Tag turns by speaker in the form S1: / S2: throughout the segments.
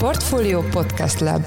S1: Portfolio Podcast Lab.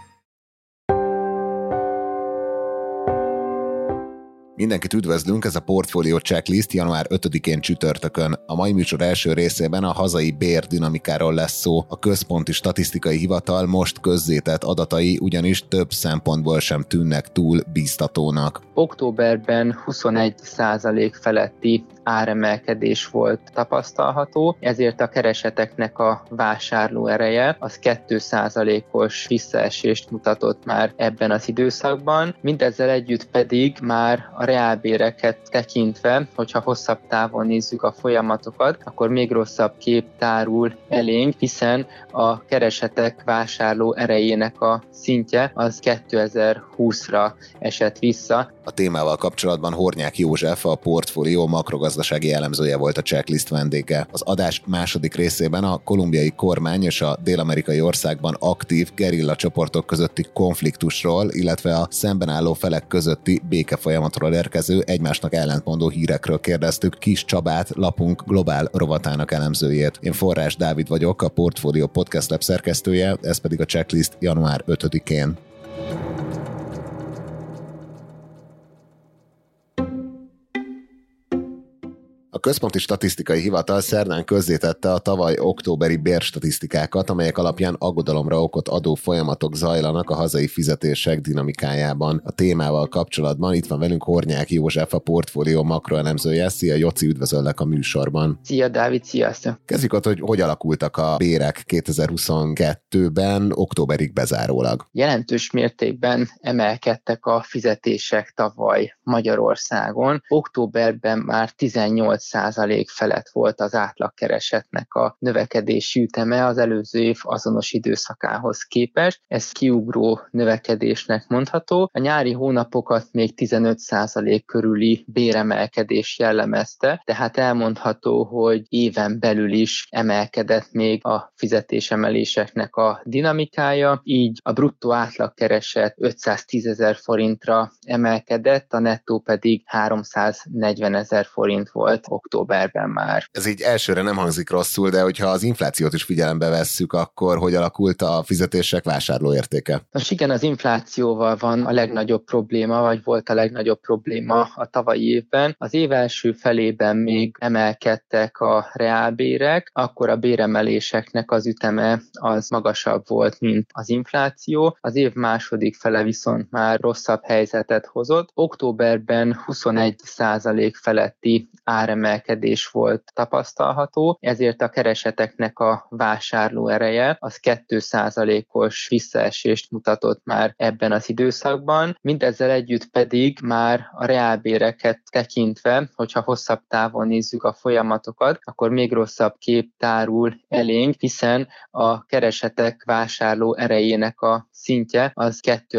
S2: Mindenkit üdvözlünk, ez a Portfolio Checklist január 5-én csütörtökön. A mai műsor első részében a hazai bérdinamikáról lesz szó. A Központi Statisztikai Hivatal most közzétett adatai ugyanis több szempontból sem tűnnek túl bíztatónak.
S3: Októberben 21% feletti áremelkedés volt tapasztalható, ezért a kereseteknek a vásárlóereje az 2%-os visszaesést mutatott már ebben az időszakban. Mindezzel együtt pedig már a reálbéreket tekintve, hogyha hosszabb távon nézzük a folyamatokat, akkor még rosszabb kép tárul elénk, hiszen a keresetek vásárló erejének a szintje az 2020-ra esett vissza.
S2: A témával kapcsolatban Hornyák József, a Portfolio makrogazdasági elemzője volt a checklist vendége. Az adás második részében a kolumbiai kormány és a dél-amerikai országban aktív gerilla csoportok közötti konfliktusról, illetve a szemben álló felek közötti békefolyamatról érkező, egymásnak ellentmondó hírekről kérdeztük Kis Csabát, lapunk globál rovatának elemzőjét. Én Forrás Dávid vagyok, a Portfolio Podcast Lab szerkesztője, ez pedig a checklist január 5-én. A Központi Statisztikai Hivatal szerdán közzétette a tavaly októberi bérstatisztikákat, amelyek alapján aggodalomra okot adó folyamatok zajlanak a hazai fizetések dinamikájában. A témával kapcsolatban itt van velünk Hornyák József, a Portfolio makroelemzője. Szia Joci, üdvözöllek a műsorban.
S3: Szia Dávid, sziasztok!
S2: Kezdjük ott, hogy alakultak a bérek 2022-ben, októberig bezárólag.
S3: Jelentős mértékben emelkedtek a fizetések tavaly Magyarországon. Októberben már 18% felett volt az átlagkeresetnek a növekedési üteme az előző év azonos időszakához képest. Ez kiugró növekedésnek mondható. A nyári hónapokat még 15% körüli béremelkedés jellemezte, tehát elmondható, hogy éven belül is emelkedett még a fizetésemeléseknek a dinamikája, így a bruttó átlagkereset 510 000 forintra emelkedett, a nettó pedig 340 000 forint volt októberben már.
S2: Ez így elsőre nem hangzik rosszul, de hogyha az inflációt is figyelembe vesszük, akkor hogy alakult a fizetések vásárlóértéke?
S3: Most igen, az inflációval van a legnagyobb probléma, vagy volt a legnagyobb probléma a tavalyi évben. Az év első felében még emelkedtek a reálbérek, akkor a béremeléseknek az üteme az magasabb volt, mint az infláció. Az év második fele viszont már rosszabb helyzetet hozott. Októberben 21% feletti áremelkedés volt tapasztalható, ezért a kereseteknek a vásárló ereje az 2%-os visszaesést mutatott már ebben az időszakban. Mindezzel együtt pedig már a reálbéreket tekintve, hogyha hosszabb távon nézzük a folyamatokat, akkor még rosszabb kép tárul elénk, hiszen a keresetek vásárló erejének a szintje az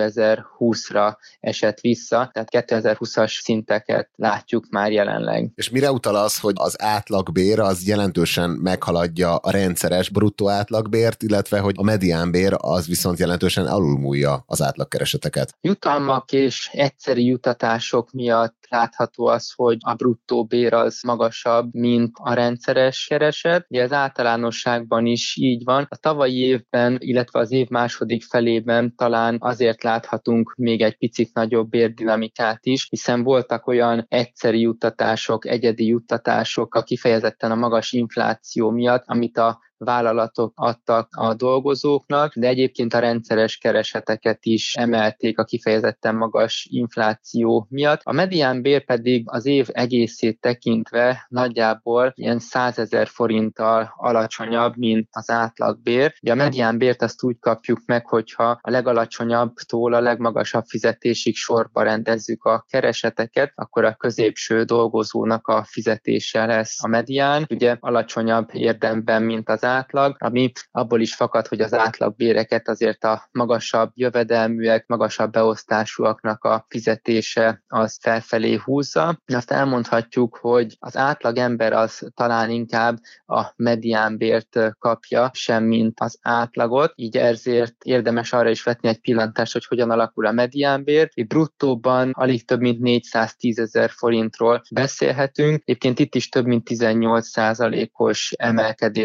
S3: 2020-ra esett vissza, tehát 2020-as szinteket látjuk már jelenleg.
S2: És mire utal az, hogy az átlagbér az jelentősen meghaladja a rendszeres bruttó átlagbért, illetve hogy a mediánbér az viszont jelentősen alulmúlja az átlagkereseteket?
S3: Jutalmak és egyszeri juttatások miatt látható az, hogy a bruttó bér az magasabb, mint a rendszeres kereset. Ugye az általánosságban is így van. A tavalyi évben, illetve az év második felében talán azért láthatunk még egy picit nagyobb bérdinamikát is, hiszen voltak olyan egyszeri juttatások, egyedi juttatások a kifejezetten a magas infláció miatt, amit a vállalatok adtak a dolgozóknak, de egyébként a rendszeres kereseteket is emelték a kifejezetten magas infláció miatt. A mediánbér pedig az év egészét tekintve nagyjából ilyen 100 000 forinttal alacsonyabb, mint az átlagbér. Ugye a mediánbért azt úgy kapjuk meg, hogyha a legalacsonyabbtól a legmagasabb fizetésig sorba rendezzük a kereseteket, akkor a középső dolgozónak a fizetése lesz a medián. Ugye alacsonyabb érdemben, mint az átlag, ami abból is fakad, hogy az átlagbéreket azért a magasabb jövedelműek, magasabb beosztásúaknak a fizetése az felfelé húzza. Azt elmondhatjuk, hogy az átlagember az talán inkább a mediánbért kapja, semmint az átlagot, így ezért érdemes arra is vetni egy pillantást, hogy hogyan alakul a mediánbér. Bruttóban alig több mint 410 000 forintról beszélhetünk. Egyébként itt is több mint 18%-os emelkedést tapasztalunk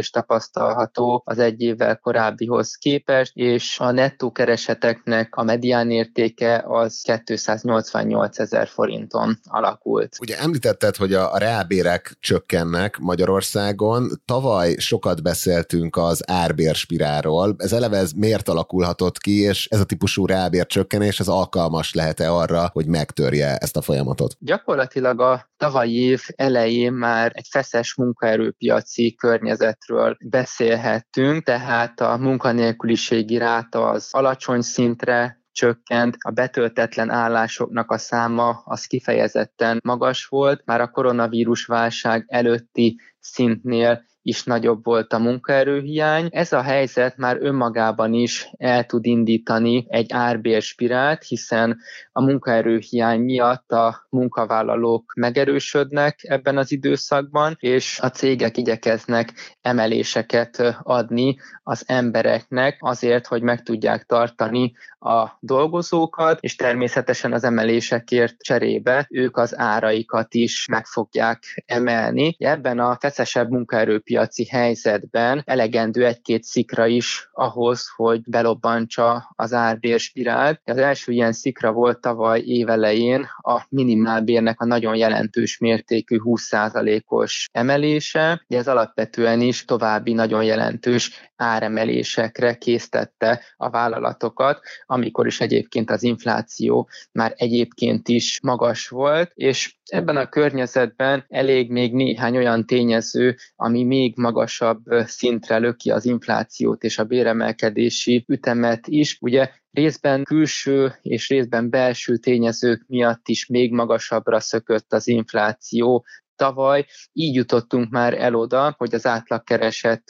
S3: tapasztalható az egy évvel korábbihoz képest, és a nettó kereseteknek a medián értéke az 288 000 forinton alakult.
S2: Ugye említetted, hogy a reálbérek csökkennek Magyarországon. Tavaly sokat beszéltünk az árbérspirálról. Ez miért alakulhatott ki, és ez a típusú reálbér csökkenés, ez alkalmas lehet-e arra, hogy megtörje ezt a folyamatot?
S3: Gyakorlatilag a tavalyi év elején már egy feszes munkaerőpiaci környezetről beszélhettünk, tehát a munkanélküliségi ráta az alacsony szintre csökkent, a betöltetlen állásoknak a száma az kifejezetten magas volt, már a koronavírus válság előtti szintnél is nagyobb volt a munkaerőhiány. Ez a helyzet már önmagában is el tud indítani egy árbérspirált, hiszen a munkaerőhiány miatt a munkavállalók megerősödnek ebben az időszakban, és a cégek igyekeznek emeléseket adni az embereknek azért, hogy meg tudják tartani a dolgozókat, és természetesen az emelésekért cserébe ők az áraikat is meg fogják emelni. Ebben a feszesebb munkaerőpiaci helyzetben elegendő egy-két szikra is ahhoz, hogy belobbantsa az árbérspirált. Az első ilyen szikra volt tavaly évelején a minimálbérnek a nagyon jelentős mértékű 20%-os emelése, de ez alapvetően is további nagyon jelentős áremelésekre késztette a vállalatokat, amikor is egyébként az infláció már egyébként is magas volt, és ebben a környezetben elég még néhány olyan tényező, ami még magasabb szintre löki az inflációt és a béremelkedési ütemet is. Ugye részben külső és részben belső tényezők miatt is még magasabbra szökött az infláció tavaly, így jutottunk már el oda, hogy az átlagkereset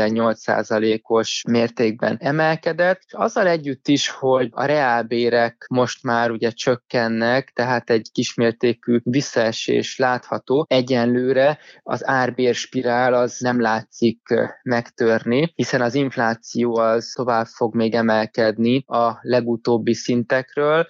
S3: 18%-os mértékben emelkedett, és azzal együtt is, hogy a reálbérek most már ugye csökkennek, tehát egy kismértékű visszaesés látható, egyenlőre az árbérspirál az nem látszik megtörni, hiszen az infláció az tovább fog még emelkedni a legutóbbi szintekről,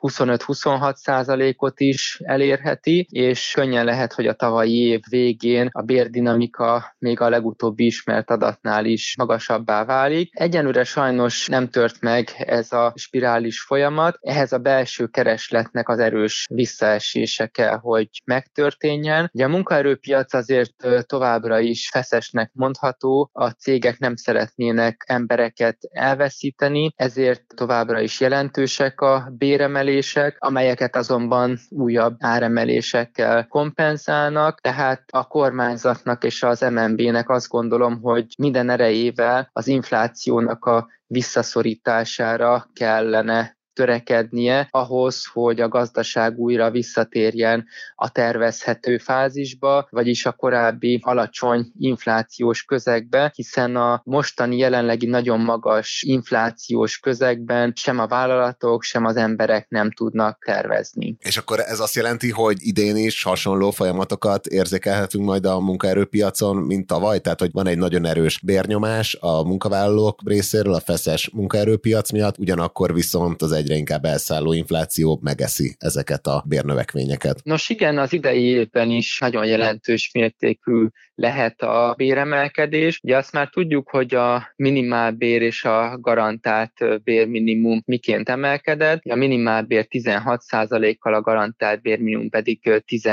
S3: 25-26%-ot is elérheti, és könnyen lehet, hogy a tavalyi év végén a bérdinamika még a legutóbbi ismert adatnál is magasabbá válik. Egyenlőre sajnos nem tört meg ez a spirális folyamat, ehhez a belső keresletnek az erős visszaesése kell, hogy megtörténjen. Ugye a munkaerőpiac azért továbbra is feszesnek mondható, a cégek nem szeretnének embereket elveszíteni, ezért továbbra is jelentősek a béremelések, amelyeket azonban újabb áremelésekkel kompenzálnak, tehát a kormányzatnak és az MNB-nek azt gondolom, hogy minden erejével az inflációnak a visszaszorítására kellene törekednie ahhoz, hogy a gazdaság újra visszatérjen a tervezhető fázisba, vagyis a korábbi alacsony inflációs közegbe, hiszen a mostani jelenlegi nagyon magas inflációs közegben sem a vállalatok, sem az emberek nem tudnak tervezni.
S2: És akkor ez azt jelenti, hogy idén is hasonló folyamatokat érzékelhetünk majd a munkaerőpiacon, mint tavaly? Tehát, hogy van egy nagyon erős bérnyomás a munkavállalók részéről a feszes munkaerőpiac miatt, ugyanakkor viszont az egyre inkább elszálló infláció megeszi ezeket a bérnövekményeket.
S3: Nos igen, az idei évben is nagyon jelentős mértékű lehet a béremelkedés. Ugye azt már tudjuk, hogy a minimálbér és a garantált bérminimum miként emelkedett. A minimálbér 16%-kal, a garantált bérminimum pedig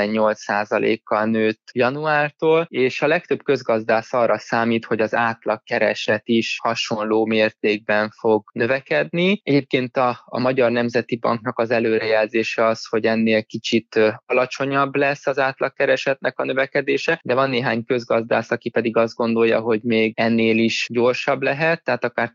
S3: 18%-kal nőtt januártól, és a legtöbb közgazdász arra számít, hogy az átlagkereset is hasonló mértékben fog növekedni. Egyébként a Magyar Nemzeti Banknak az előrejelzése az, hogy ennél kicsit alacsonyabb lesz az átlagkeresetnek a növekedése, de van néhány közgazdász, aki pedig azt gondolja, hogy még ennél is gyorsabb lehet, tehát akár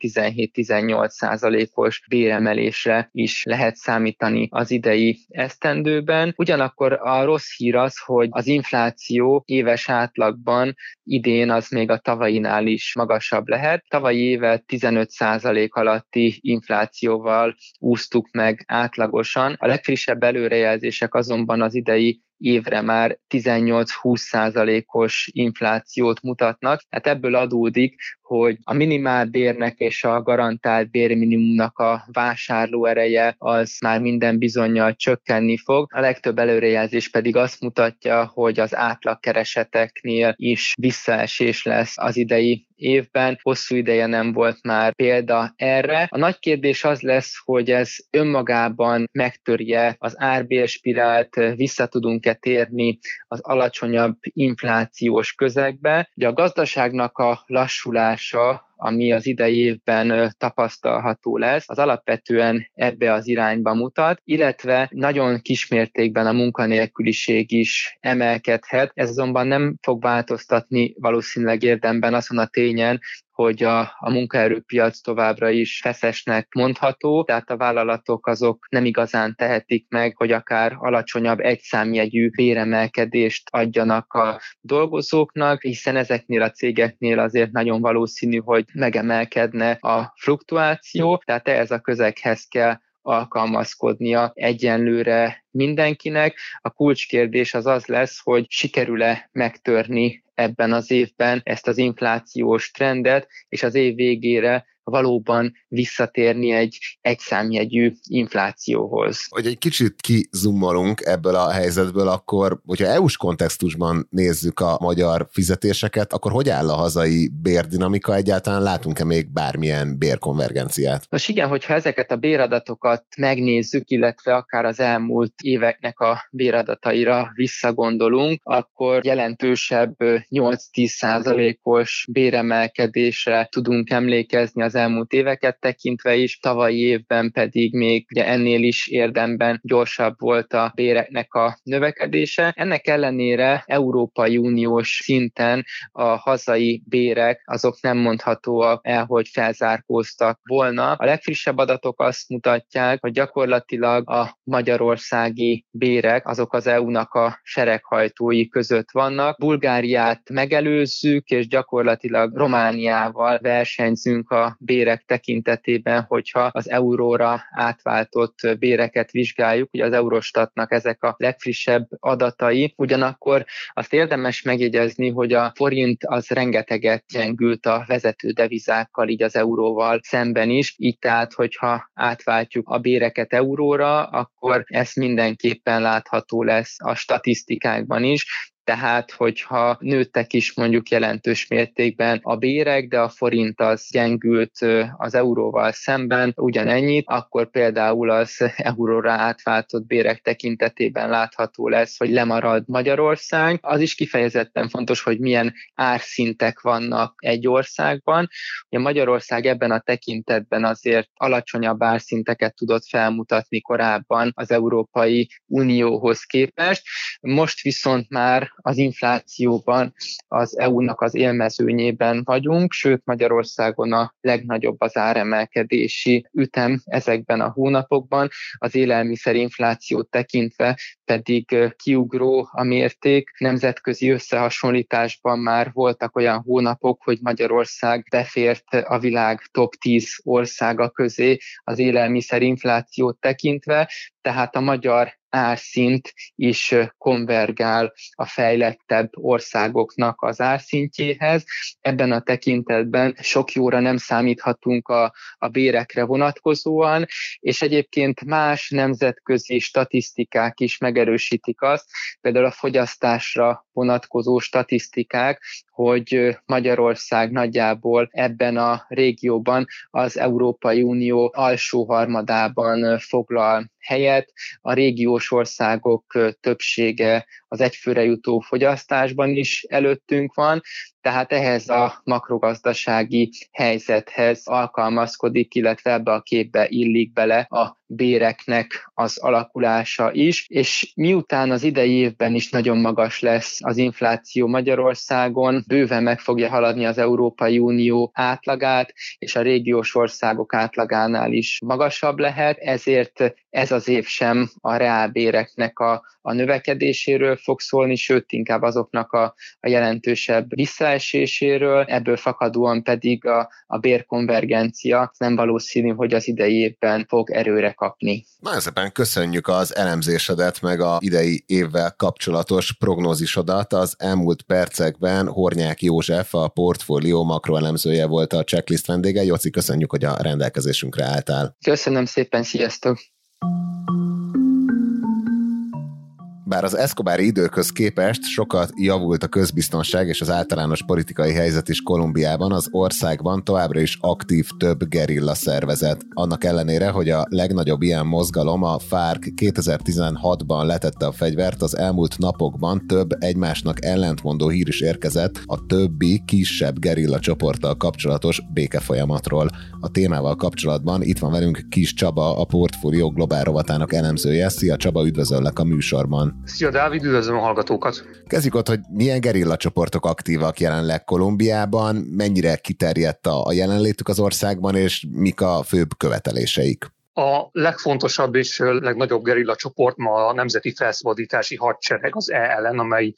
S3: 17-18%-os béremelésre is lehet számítani az idei esztendőben. Ugyanakkor a rossz hír az, hogy az infláció éves átlagban idén az még a tavainál is magasabb lehet. Tavalyi évet 15% alatti inflációval úsztuk meg átlagosan. A legfrissebb előrejelzések azonban az idei évre már 18-20%-os inflációt mutatnak. Hát ebből adódik, hogy a minimálbérnek és a garantált bérminimumnak a vásárlóereje az már minden bizonnyal csökkenni fog. A legtöbb előrejelzés pedig azt mutatja, hogy az átlagkereseteknél is visszaesés lesz az idei évben. Hosszú ideje nem volt már példa erre. A nagy kérdés az lesz, hogy ez önmagában megtörje az árbérspirált, vissza tudunk-e térni az alacsonyabb inflációs közegbe. Ugye a gazdaságnak a lassulása, ami az idei évben tapasztalható lesz, az alapvetően ebbe az irányba mutat, illetve nagyon kismértékben a munkanélküliség is emelkedhet. Ez azonban nem fog változtatni valószínűleg érdemben azon a tényen, hogy a munkaerőpiac továbbra is feszesnek mondható, tehát a vállalatok azok nem igazán tehetik meg, hogy akár alacsonyabb egyszámjegyű béremelkedést adjanak a dolgozóknak, hiszen ezeknél a cégeknél azért nagyon valószínű, hogy megemelkedne a fluktuáció, tehát ehhez a közeghez kell alkalmazkodnia egyenlőre mindenkinek. A kulcskérdés az az lesz, hogy sikerül-e megtörni ebben az évben ezt az inflációs trendet, és az év végére valóban visszatérni egy egyszámjegyű inflációhoz.
S2: Hogy egy kicsit kizoomolunk ebből a helyzetből, akkor, hogyha EU-s kontextusban nézzük a magyar fizetéseket, akkor hogy áll a hazai bérdinamika? Egyáltalán látunk-e még bármilyen bérkonvergenciát?
S3: Nos igen, hogyha ezeket a béradatokat megnézzük, illetve akár az elmúlt éveknek a béradataira visszagondolunk, akkor jelentősebb 8-10%-os béremelkedésre tudunk emlékezni az elmúlt éveket tekintve is, tavalyi évben pedig még ugye ennél is érdemben gyorsabb volt a béreknek a növekedése. Ennek ellenére Európai Uniós szinten a hazai bérek azok nem mondhatóak el, hogy felzárkóztak volna. A legfrissebb adatok azt mutatják, hogy gyakorlatilag a magyarországi bérek azok az EU-nak a sereghajtói között vannak. Bulgáriát megelőzzük, és gyakorlatilag Romániával versenyzünk a bérek tekintetében, hogyha az euróra átváltott béreket vizsgáljuk, ugye az Eurostatnak ezek a legfrissebb adatai. Ugyanakkor azt érdemes megjegyezni, hogy a forint az rengeteget gyengült a vezető devizákkal, így az euróval szemben is. Így tehát, hogyha átváltjuk a béreket euróra, akkor ez mindenképpen látható lesz a statisztikákban is. Tehát, hogyha nőttek is mondjuk jelentős mértékben a bérek, de a forint az gyengült az euróval szemben ugyanennyit, akkor például az euróra átváltott bérek tekintetében látható lesz, hogy lemarad Magyarország. Az is kifejezetten fontos, hogy milyen árszintek vannak egy országban. Ugye Magyarország ebben a tekintetben azért alacsonyabb árszinteket tudott felmutatni korábban az Európai Unióhoz képest. Most viszont már az inflációban az EU-nak az élmezőnyében vagyunk, sőt Magyarországon a legnagyobb az áremelkedési ütem ezekben a hónapokban, az élelmiszerinflációt tekintve pedig kiugró a mérték. Nemzetközi összehasonlításban már voltak olyan hónapok, hogy Magyarország befért a világ top 10 országa közé az élelmiszerinflációt tekintve, tehát a magyar árszint is konvergál a fejlettebb országoknak az árszintjéhez. Ebben a tekintetben sok jóra nem számíthatunk a bérekre vonatkozóan, és egyébként más nemzetközi statisztikák is megerősítik azt, például a fogyasztásra vonatkozó statisztikák, hogy Magyarország nagyjából ebben a régióban az Európai Unió alsó harmadában foglal helyet. A régiós országok többsége az egyfőre jutó fogyasztásban is előttünk van, tehát ehhez a makrogazdasági helyzethez alkalmazkodik, illetve ebbe a képbe illik bele a béreknek az alakulása is, és miután az idei évben is nagyon magas lesz az infláció Magyarországon, bőven meg fogja haladni az Európai Unió átlagát, és a régiós országok átlagánál is magasabb lehet, ezért ez az év sem a reálbéreknek a növekedéséről fog szólni, sőt inkább azoknak a jelentősebb visszaeséséről. visszaeséséről, ebből fakadóan pedig a bérkonvergencia nem valószínű, hogy az idei évben fog erőre kapni.
S2: Nagyon szépen köszönjük az elemzésedet, meg a idei évvel kapcsolatos prognózisodat. Az elmúlt percekben Hornyák József, a Portfolio makroelemzője volt a Checklist vendége. Jóci, köszönjük, hogy a rendelkezésünkre álltál.
S3: Köszönöm szépen, sziasztok!
S2: Bár az Escobari időkhöz képest sokat javult a közbiztonság és az általános politikai helyzet is Kolumbiában, az országban továbbra is aktív több gerilla szervezet. Annak ellenére, hogy a legnagyobb ilyen mozgalom, a FARC 2016-ban letette a fegyvert, az elmúlt napokban több egymásnak ellentmondó hír is érkezett a többi kisebb gerilla csoporttal kapcsolatos békefolyamatról. A témával kapcsolatban itt van velünk Kis Csaba, a Portfolio globál rovatának elemzője. Szia Csaba, üdvözöllek a műsorban.
S4: Szia Dávid, üdvözlöm a hallgatókat!
S2: Kezdjük ott, hogy milyen gerilla csoportok aktívak jelenleg Kolumbiában, mennyire kiterjedt a jelenlétük az országban, és mik a főbb követeléseik?
S4: A legfontosabb és legnagyobb gerilla csoport ma a Nemzeti Felszabadítási Hadsereg, az ELN, amely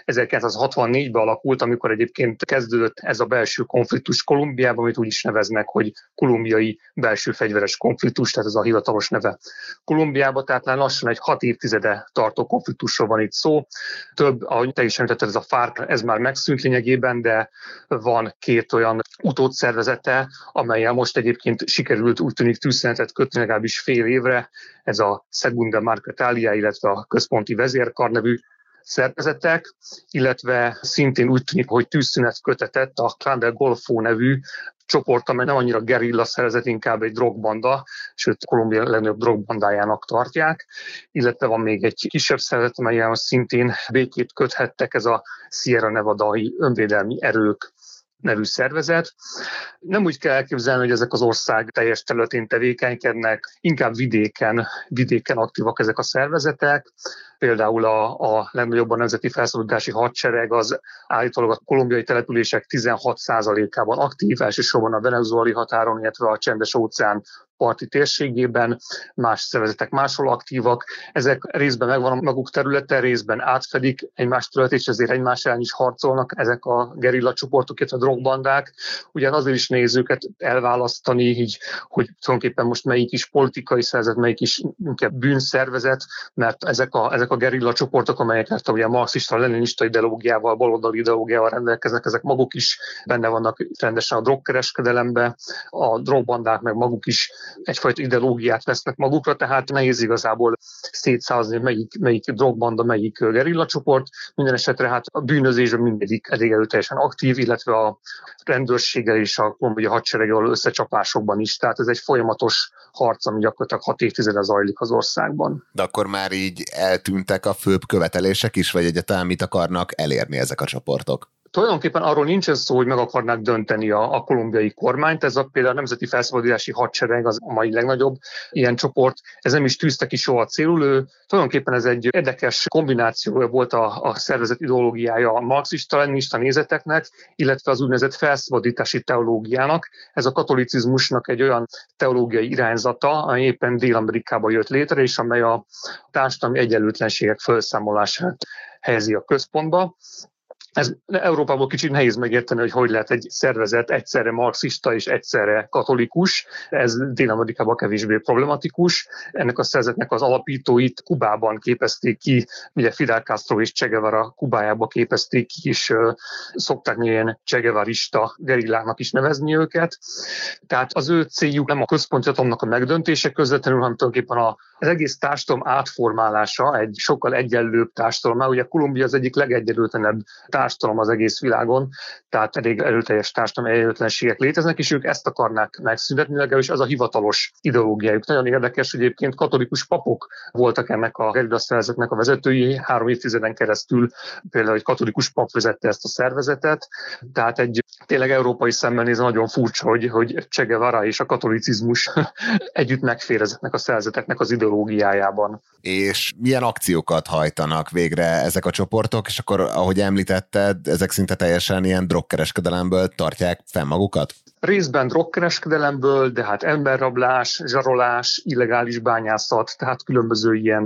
S4: 1964-ben alakult, amikor egyébként kezdődött ez a belső konfliktus Kolumbiában, amit úgy is neveznek, hogy kolumbiai belső fegyveres konfliktus, tehát ez a hivatalos neve Kolumbiában, tehát lassan egy 6 évtizede tartó konfliktusról van itt szó. Több, ahogy te is említetted, ez a FARC, ez már megszűnt lényegében, de van 2 olyan utódszervezete, amellyel most egyébként sikerült úgy tűnik tűzszünetet kötni legalábbis fél évre, ez a Segunda Marquetalia, illetve a Központi Vezérkar nevű szervezetek, illetve szintén úgy tűnik, hogy tűzszünet kötetett a Clan del Golfo nevű csoport, amely nem annyira gerilla szervezet, inkább egy drogbanda, sőt Kolumbia legnagyobb drogbandájának tartják, illetve van még egy kisebb szervezet, amelyen szintén békét köthettek, ez a Sierra Nevadai önvédelmi erők nevű szervezet. Nem úgy kell elképzelni, hogy ezek az ország teljes területén tevékenykednek, inkább vidéken aktívak ezek a szervezetek. Például a legnagyobb a Nemzeti Felszabadítási Hadsereg az állítólag a kolumbiai települések 16%-ában aktív, elsősorban a venezuelai határon, illetve a Csendes-óceán parti térségében, más szervezetek máshol aktívak. Ezek részben megvan a maguk területe, részben átfedik egymás területét, és ezért egymás ellen is harcolnak ezek a gerilla csoportok, illetve a drogbandák. Ugyan azért is nehéz őket elválasztani, így, hogy tulajdonképpen most melyik is politikai szervezet, melyik is inkább bűnszervezet, mert ezek a gerilla csoportok, amelyek ugye a marxista-leninista ideológiával, baloldali ideológiával rendelkeznek, ezek maguk is benne vannak rendesen a drogkereskedelembe, a drogbandák meg maguk is egyfajta ideológiát vesznek magukra, tehát nehéz igazából szétszázni, melyik drogbanda, melyik gerilla csoport. Minden esetre hát a bűnözésben mindegyik elég erőteljesen aktív, illetve a rendőrséggel és a kolumbiai hadsereggel összecsapásokban is. Tehát ez egy folyamatos harc, ami gyakorlatilag 6 évtizede zajlik az országban.
S2: De akkor már így eltűntek a főbb követelések is, vagy egyáltalán mit akarnak elérni ezek a csoportok?
S4: Tulajdonképpen arról nincsen szó, hogy meg akarnák dönteni a kolumbiai kormányt. Ez például a Nemzeti Felszabadítási Hadsereg az a mai legnagyobb ilyen csoport. Ez nem is tűzte ki soha célul. Tulajdonképpen ez egy érdekes kombináció volt a szervezet ideológiája a marxista-leninista nézeteknek, illetve az úgynevezett felszabadítási teológiának. Ez a katolicizmusnak egy olyan teológiai irányzata, ami éppen Dél-Amerikában jött létre, és amely a társadalmi egyenlőtlenségek felszámolását helyezi a központba. Ez Európából kicsit nehéz megérteni, hogy lehet egy szervezet egyszerre marxista és egyszerre katolikus. Ez Dél-Amerikában kevésbé problematikus. Ennek a szervezetnek az alapítóit Kubában képezték ki, ugye Fidel Castro és Che Guevara Kubájába képezték ki, és szokták ilyen Che Guevarista gerilláknak is nevezni őket. Tehát az ő céljuk nem a központi hatalomnak a megdöntése közvetlenül, hanem tulajdonképpen az egész társadalom átformálása egy sokkal egyenlőbb társadalom. Ugye Kolumbia az egyik legegyenlőtlenebb társadalom az egész világon, tehát elég erőteljes társadalmi egyenlőtlenségek léteznek, és ők ezt akarnák megszüntetni, legalábbis az a hivatalos ideológiájuk. Nagyon érdekes, hogy egyébként katolikus papok voltak ennek a gerilla szervezetnek a vezetői, 3 évtizeden keresztül például egy katolikus pap vezette ezt a szervezetet, tehát egy tényleg európai szemmel nézve nagyon furcsa, hogy Che Guevara és a katolicizmus együtt megfér ezeknek a szervezeteknek az ideológiájában.
S2: És milyen akciókat hajtanak végre ezek a csoportok, és akkor, ahogy említetted, ezek szinte teljesen ilyen drogkereskedelemből tartják fenn magukat?
S4: Részben drogkereskedelemből, de hát emberrablás, zsarolás, illegális bányászat, tehát különböző ilyen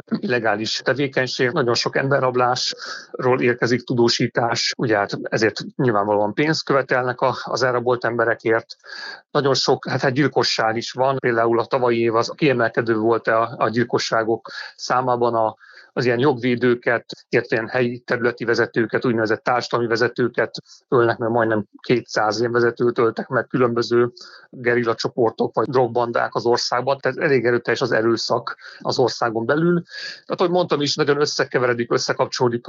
S4: illegális tevékenység, nagyon sok emberrablásról érkezik tudósítás, ugye hát ezért nyilvánvalóan pénzt követelnek az elrabolt emberekért. Nagyon sok gyilkosság is van, például a tavalyi év az kiemelkedő volt a gyilkosságok számában, az ilyen jogvédőket, illetve ilyen helyi területi vezetőket, úgynevezett társadalmi vezetőket ölnek, mert majdnem 200 ilyen vezetőt öltek meg különböző gerilla csoportok vagy drogbandák az országban, tehát elég erőteljes az erőszak az országon belül. Tehát, ahogy mondtam is, nagyon összekeveredik, összekapcsolódik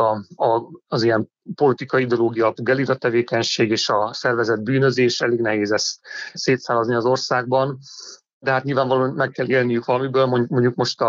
S4: az ilyen politikai ideológia, gerilla tevékenység és a szervezett bűnözés, elég nehéz ezt szétszállazni az országban. De hát nyilvánvalóan meg kell élniük valamiből, mondjuk most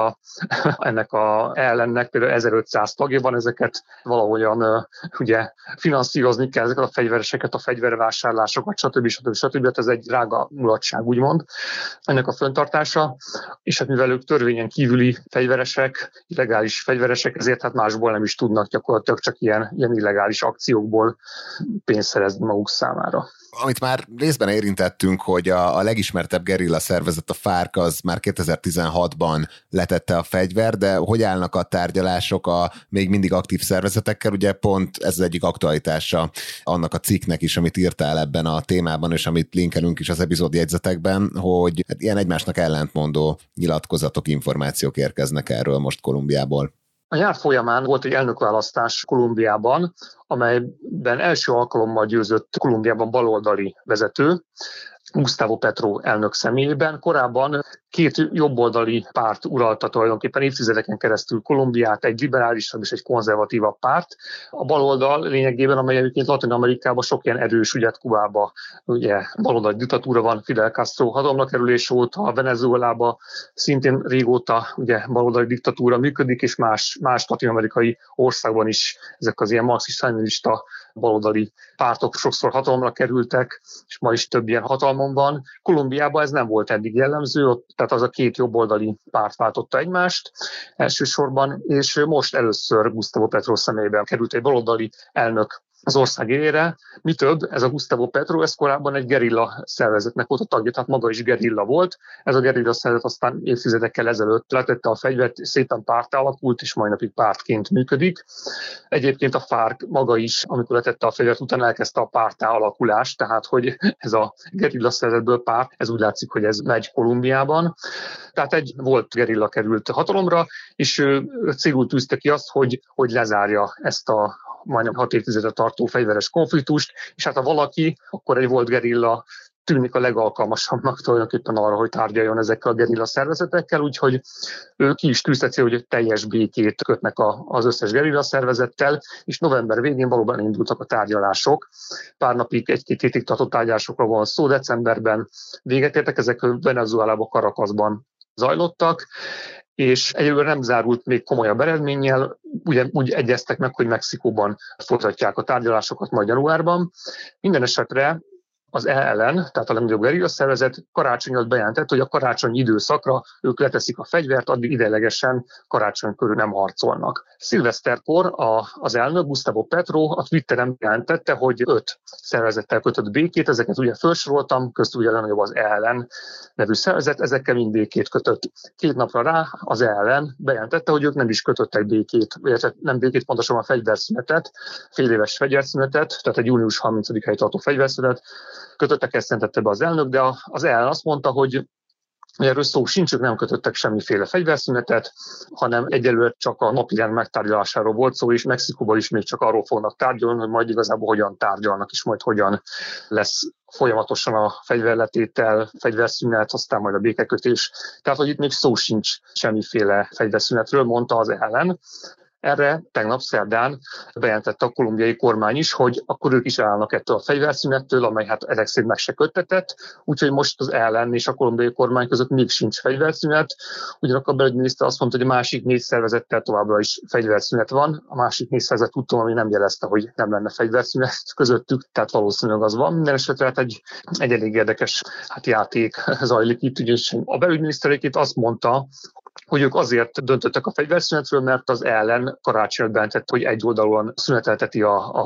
S4: ennek a ellennek például 1500 tagja van, ezeket valahogyan ugye finanszírozni kell, ezeket a fegyvereseket, a fegyvervásárlásokat, stb. Ez egy drága mulatság, úgymond, ennek a fenntartása, és hát mivel ők törvényen kívüli fegyveresek, illegális fegyveresek, ezért hát másból nem is tudnak gyakorlatilag csak ilyen illegális akciókból pénzt szerezni maguk számára.
S2: Amit már részben érintettünk, hogy a legismertebb gerilla szervezet, a FARC, az már 2016-ban letette a fegyvert, de hogy állnak a tárgyalások a még mindig aktív szervezetekkel? Ugye pont ez az egyik aktualitása annak a cikknek is, amit írtál ebben a témában, és amit linkelünk is az epizódjegyzetekben, hogy ilyen egymásnak ellentmondó nyilatkozatok, információk érkeznek erről most Kolumbiából.
S4: A nyár folyamán volt egy elnökválasztás Kolumbiában, amelyben első alkalommal győzött Kolumbiában baloldali vezető, Gustavo Petro elnök személyében. Korábban két jobboldali párt uralta tulajdonképpen évtizedeken keresztül Kolumbiát, egy liberálisabb és egy konzervatívabb párt. A baloldal lényegében, amely egyébként Latin-Amerikában sok ilyen erős, ugye Kubában ugye baloldali diktatúra van, Fidel Castro hatalomra kerülés óta, a Venezuelában szintén régóta ugye baloldali diktatúra működik, és más latin-amerikai országban is ezek az ilyen marxista-leninista baloldali pártok sokszor hatalomra kerültek, és ma is több ilyen hatalmon van. Kolumbiában ez nem volt eddig jellemző, tehát az a két jobboldali párt váltotta egymást elsősorban, és most először Gustavo Petro személyében került egy baloldali elnök az ország élére. Mi több, ez a Gustavo Petro, ez korábban egy gerilla szervezetnek volt a tagja, tehát maga is gerilla volt. Ez a gerilla szervezet aztán évtizedekkel ezelőtt letette a fegyvert, szépen párttá alakult, és mai napig pártként működik. Egyébként a FARC maga is, amikor letette a fegyvert, utána elkezdte a párttá alakulást, tehát hogy ez a gerilla szervezetből párt, ez úgy látszik, hogy ez megy Kolumbiában. Tehát egy volt gerilla került hatalomra, és ő célul tűzte ki azt, hogy lezárja ezt a majdnem 6 évtizedet tartó fegyveres konfliktust, és hát ha valaki, akkor egy volt gerilla tűnik a legalkalmasabbnak tulajdonképpen arra, hogy tárgyaljon ezekkel a gerilla szervezetekkel, úgyhogy ő ki is tűzte cél, hogy teljes békét kötnek az összes gerilla szervezettel, és november végén valóban indultak a tárgyalások. Pár napig, egy-két hétig tartott tárgyalásokra van szó, decemberben véget értek, ezek Venezuelában, Caracasban zajlottak, és egyelőre nem zárult még komolyabb eredménnyel, úgy egyeztek meg, hogy Mexikóban folytatják a tárgyalásokat majd januárban. Minden esetre az ELN, tehát a legnagyobb gerilla szervezet karácsony alatt bejelentett, hogy a karácsonyi időszakra ők leteszik a fegyvert, addig ideiglenesen karácsony körül nem harcolnak. Szilveszterkor az elnök Gustavo Petro a Twitteren jelentette, hogy 5 szervezettel kötött békét, ezeket ugye felsoroltam, köztük ugye a legnagyobb az ELN nevű szervezet, ezekkel mind békét kötött. 2 napra rá az ELN bejelentette, hogy ők nem is kötöttek békét, illetve nem békét, pontosan a fegyverszünetet, féléves fegyverszünetet, tehát egy június 30-ai tartó fegyverszünet kötöttek, ezt jelentette be az elnök, de az ELN azt mondta, hogy erről szó sincs, ők nem kötöttek semmiféle fegyverszünetet, hanem egyelőre csak a napirend megtárgyalásáról volt szó, és Mexikóban is még csak arról fognak tárgyalni, hogy majd igazából hogyan tárgyalnak, és majd hogyan lesz folyamatosan a fegyverletétel, fegyverszünet, aztán majd a békekötés. Tehát, hogy itt még szó sincs semmiféle fegyverszünetről, mondta az ELN. Erre tegnap szerdán bejelentette a kolumbiai kormány is, hogy akkor ők is állnak ettől a fegyverszünettől, amely hát ezek szerint meg se köttetett, úgyhogy most az ELN és a kolumbiai kormány között még sincs fegyverszünet. Ugyanakkor a belügyminiszter azt mondta, hogy a másik 4 szervezettel továbbra is fegyverszünet van. A másik 4 szervezet tudtam, ami nem jelezte, hogy nem lenne fegyverszünet közöttük, tehát valószínűleg az van. Minden esetre hát egy elég érdekes játék zajlik itt, ugyanis a belügyminiszter azt mondta, hogy ők azért döntöttek a fegyverszünetről, mert az ellen karácsonyra bejelentett, hogy egyoldalúan szünetelteti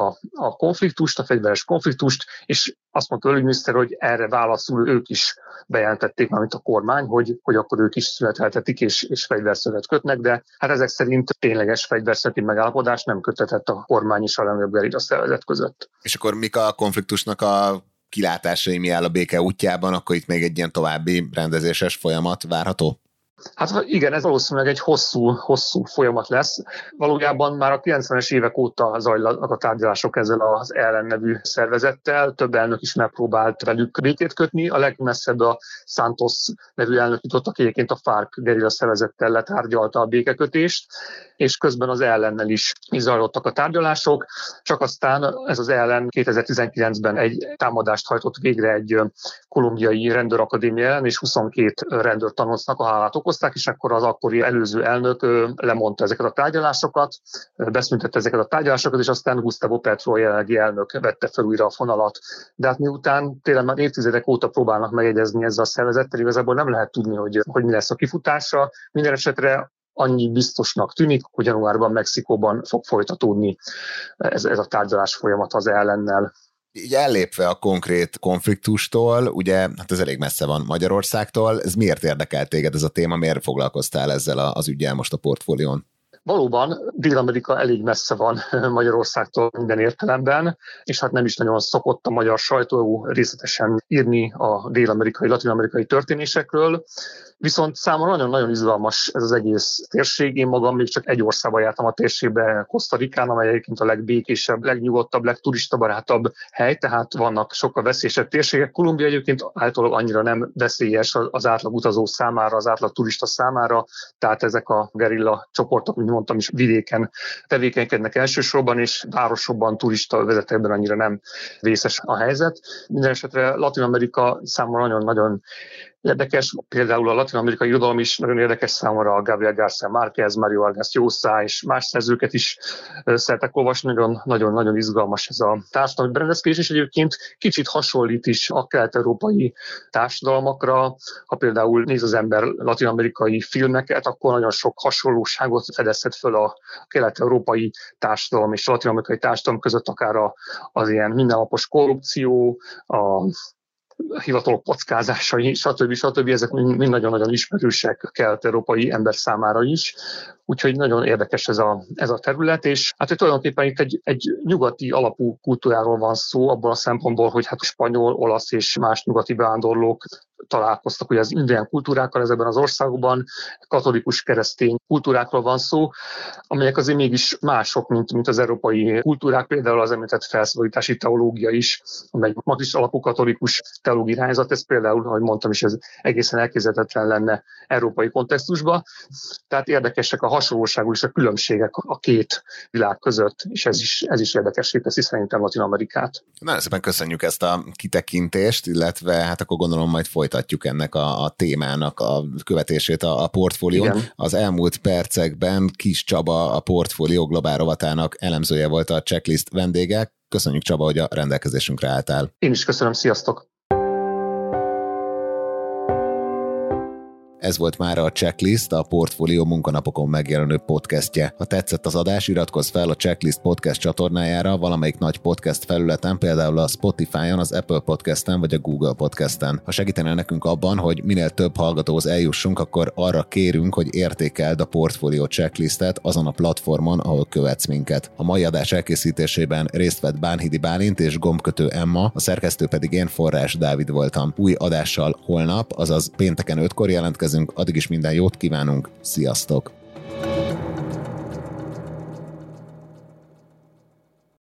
S4: a konfliktust, a fegyveres konfliktust, és azt mondta a külügyminiszter, hogy erre válaszul ők is bejelentették, mint a kormány, hogy akkor ők is szüneteltetik és fegyverszünetet kötnek, de hát ezek szerint tényleges fegyverszüneti megállapodás nem köthetett a kormány és a legnagyobb gerilla szervezet között.
S2: És akkor mik a konfliktusnak a kilátásai, mi áll a béke útjában, akkor itt még egy ilyen további rendezéses folyamat várható?
S4: Hát igen, ez valószínűleg egy hosszú folyamat lesz. Valójában már a 90-es évek óta zajlanak a tárgyalások ezzel az ELN nevű szervezettel. Több elnök is megpróbált velük békét kötni. A legmesszebb a Santos nevű elnök jutott, aki egyébként a FARC gerilla szervezettel letárgyalta a békekötést, és közben az ELN-nel is zajlottak a tárgyalások. Csak aztán ez az ELN 2019-ben egy támadást hajtott végre egy kolumbiai rendőrakadémia ellen, és 22 rendőrtanocnak a halálát okozták, és akkor az akkori előző elnök lemondta ezeket a tárgyalásokat, beszüntette ezeket a tárgyalásokat, és aztán Gustavo Petro, a jelenlegi elnök vette fel újra a fonalat. De hát miután tényleg már évtizedek óta próbálnak megegyezni ezzel a szervezettel, igazából nem lehet tudni, hogy mi lesz a kifutása. Minden esetre annyi biztosnak tűnik, hogy januárban Mexikóban fog folytatódni ez a tárgyalás folyamat az ellennel.
S2: Így ellépve a konkrét konfliktustól, ugye, hát ez elég messze van Magyarországtól, ez miért érdekelt téged ez a téma, miért foglalkoztál ezzel az üggyel most a portfólión?
S4: Valóban Dél-Amerika elég messze van Magyarországtól minden értelemben, és hát nem is nagyon szokott a magyar sajtó részletesen írni a dél-amerikai, latin-amerikai történésekről. Viszont számomra nagyon-nagyon izgalmas ez az egész térség. Én magam még csak egy országban jártam a térségbe, Costa Ricán, amely egyébként a legbékésebb, legnyugodtabb, legturistabarátabb hely, tehát vannak sokkal veszélyesebb térségek. Kolumbia egyébként általában annyira nem veszélyes az átlag utazó számára, az átlag turista számára, tehát ezek a gerilla csoportok, mint mondtam is, vidéken tevékenykednek elsősorban, és városokban, turista övezetekben annyira nem vészes a helyzet. Minden esetre Latin-Amerika számomra nagyon-nagyon érdekes, például a latin-amerikai irodalom is nagyon érdekes számomra, Gabriel García Márquez, Mario Vargas Llosa és más szerzőket is szeretek olvasni, nagyon-nagyon izgalmas ez a társadalmi berendezkedés, és egyébként kicsit hasonlít is a kelet-európai társadalmakra. Ha például néz az ember latin-amerikai filmeket, akkor nagyon sok hasonlóságot fedezhet föl a kelet-európai társadalom és a latin-amerikai társadalom között, akár az ilyen mindennapos korrupció, a hivatalok kockázásai, stb. Ezek mind nagyon-nagyon ismerősek kelet-európai ember számára is. Úgyhogy nagyon érdekes ez a terület, és hát tulajdonképpen itt egy nyugati alapú kultúráról van szó, abban a szempontból, hogy hát spanyol, olasz és más nyugati bevándorlók találkoztak ugye az indián kultúrákkal ezekben az országokban, katolikus keresztény kultúrákról van szó, amelyek azért mégis mások, mint az európai kultúrák, például az említett felszabadítási teológia is, amely marxist alapú katolikus teológiai irányzat, ez például, ahogy mondtam is, ez egészen elképzelhetetlen lenne európai kontextusban. Tehát érdekesek a hasonlóságú és a különbségek a két világ között, és ez is érdekessé teszi szerintem Latin-Amerikát.
S2: Nagyon szépen köszönjük ezt a kitekintést, illetve hát akkor gondolom majd folytatjuk ennek a témának a követését a portfólión. Igen. Az elmúlt percekben Kiss Csaba, a portfólió globál rovatának elemzője volt a Checklist vendége. Köszönjük, Csaba, hogy a rendelkezésünkre álltál.
S4: Én is köszönöm, sziasztok!
S2: Ez volt már a Checklist, a Portfólió munkanapokon megjelenő podcastje. Ha tetszett az adás, iratkozz fel a Checklist podcast csatornájára valamelyik nagy podcast felületen, például a Spotify-on, az Apple Podcasten vagy a Google Podcasten. Ha segítenél nekünk abban, hogy minél több hallgatóhoz eljussunk, akkor arra kérünk, hogy értékeld a Portfólió Checklistet azon a platformon, ahol követsz minket. A mai adás elkészítésében részt vett Bánhidi Bálint és Gombkötő Emma, a szerkesztő pedig én, Forrás Dávid voltam. Új adással holnap, azaz pénteken 5-kor jelentkezünk, addig is minden jót kívánunk, sziasztok!